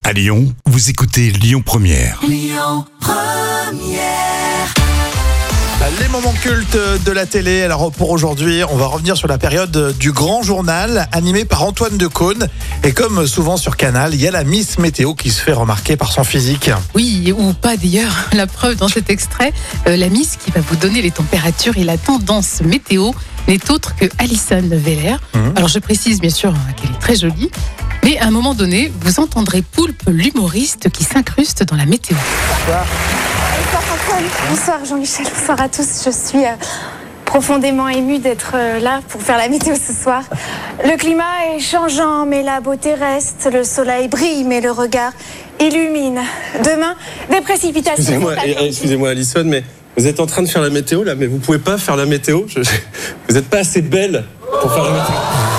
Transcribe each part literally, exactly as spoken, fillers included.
À Lyon, vous écoutez Lyon Première. Lyon Première. Les moments cultes de la télé. Alors pour aujourd'hui, on va revenir sur la période du Grand Journal animé par Antoine Decaune. Et comme souvent sur Canal, il y a la Miss Météo qui se fait remarquer par son physique. Oui, ou pas d'ailleurs. La preuve dans cet extrait, euh, la Miss qui va vous donner les températures et la tendance météo n'est autre que Alison Veller. Mmh. Alors je précise bien sûr qu'elle est très jolie. Mais à un moment donné, vous entendrez Poulpe, l'humoriste, qui s'incruste dans la météo. Bonsoir Antoine, bonsoir Jean-Michel, bonsoir à tous. Je suis euh, profondément émue d'être euh, là pour faire la météo ce soir. Le climat est changeant, mais la beauté reste. Le soleil brille, mais le regard illumine. Demain, des précipitations. Excusez-moi, excusez-moi Alison, mais vous êtes en train de faire la météo là, mais vous pouvez pas faire la météo. Je, je, vous n'êtes pas assez belle pour faire la météo.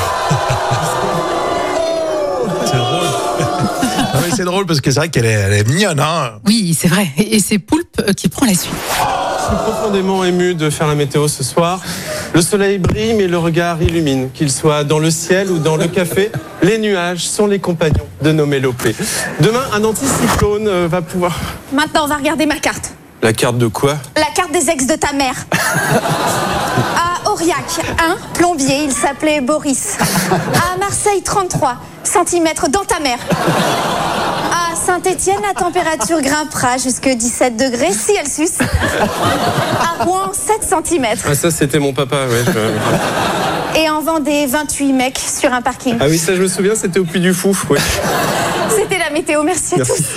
C'est drôle. Ah oui, c'est drôle parce que c'est vrai qu'elle est, elle est mignonne. Hein. Oui, c'est vrai. Et c'est Poulpe qui prend la suite. Je suis profondément ému de faire la météo ce soir. Le soleil brille, mais le regard illumine. Qu'il soit dans le ciel ou dans le café, les nuages sont les compagnons de nos mélopées. Demain, un anticyclone euh, va pouvoir... Maintenant, on va regarder ma carte. La carte de quoi? La carte des ex de ta mère. À Aurillac, un plombier, il s'appelait Boris. À Marseille, trente-trois centimètres dans ta mère. À Saint-Étienne, la température grimpera jusque dix-sept degrés si elle suce. À Rouen, sept centimètres. Ah ça, c'était mon papa, ouais. Je... Et en Vendée, vingt-huit mecs sur un parking. Ah oui, ça je me souviens, c'était au Puy du Fou, ouais. C'était la météo, merci, merci. à tous.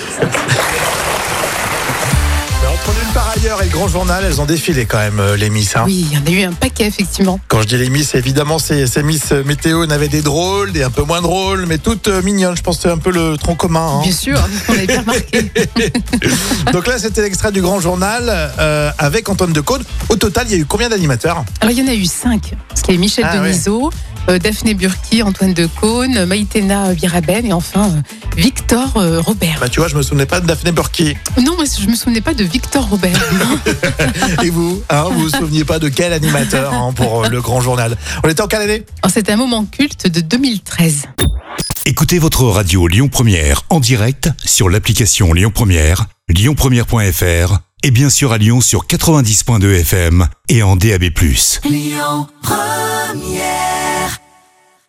Entre nulle part ailleurs et le Grand Journal, elles ont défilé quand même, les Miss. Hein. Oui, il y en a eu un paquet, effectivement. Quand je dis les Miss, évidemment, ces, ces Miss Météo n'avaient des drôles, des un peu moins drôles, mais toutes euh, mignonnes. Je pense que c'est un peu le tronc commun. Hein. Bien sûr, on avait bien remarqué. Donc là, c'était l'extrait du Grand Journal euh, avec Antoine Decaune. Au total, il y a eu combien d'animateurs? Alors, il y en a eu cinq. Parce qu'il y a Michel ah, Denisot, ouais. euh, Daphné Burki, Antoine Decaune, Maïtena Biraben et enfin euh, Victor euh, Robert. Bah, tu vois, je me souvenais pas de Daphné Burki. Non, mais je me souvenais pas de Victor Robert. Et vous, hein, vous vous souveniez pas de quel animateur hein, pour euh, le Grand Journal? On était en quelle année? Alors, c'était un moment culte de deux mille treize. Écoutez votre radio Lyon Première en direct sur l'application Lyon Première, lyon première point f r et bien sûr à Lyon sur quatre-vingt-dix point deux F M et en D A B plus. Lyon Première.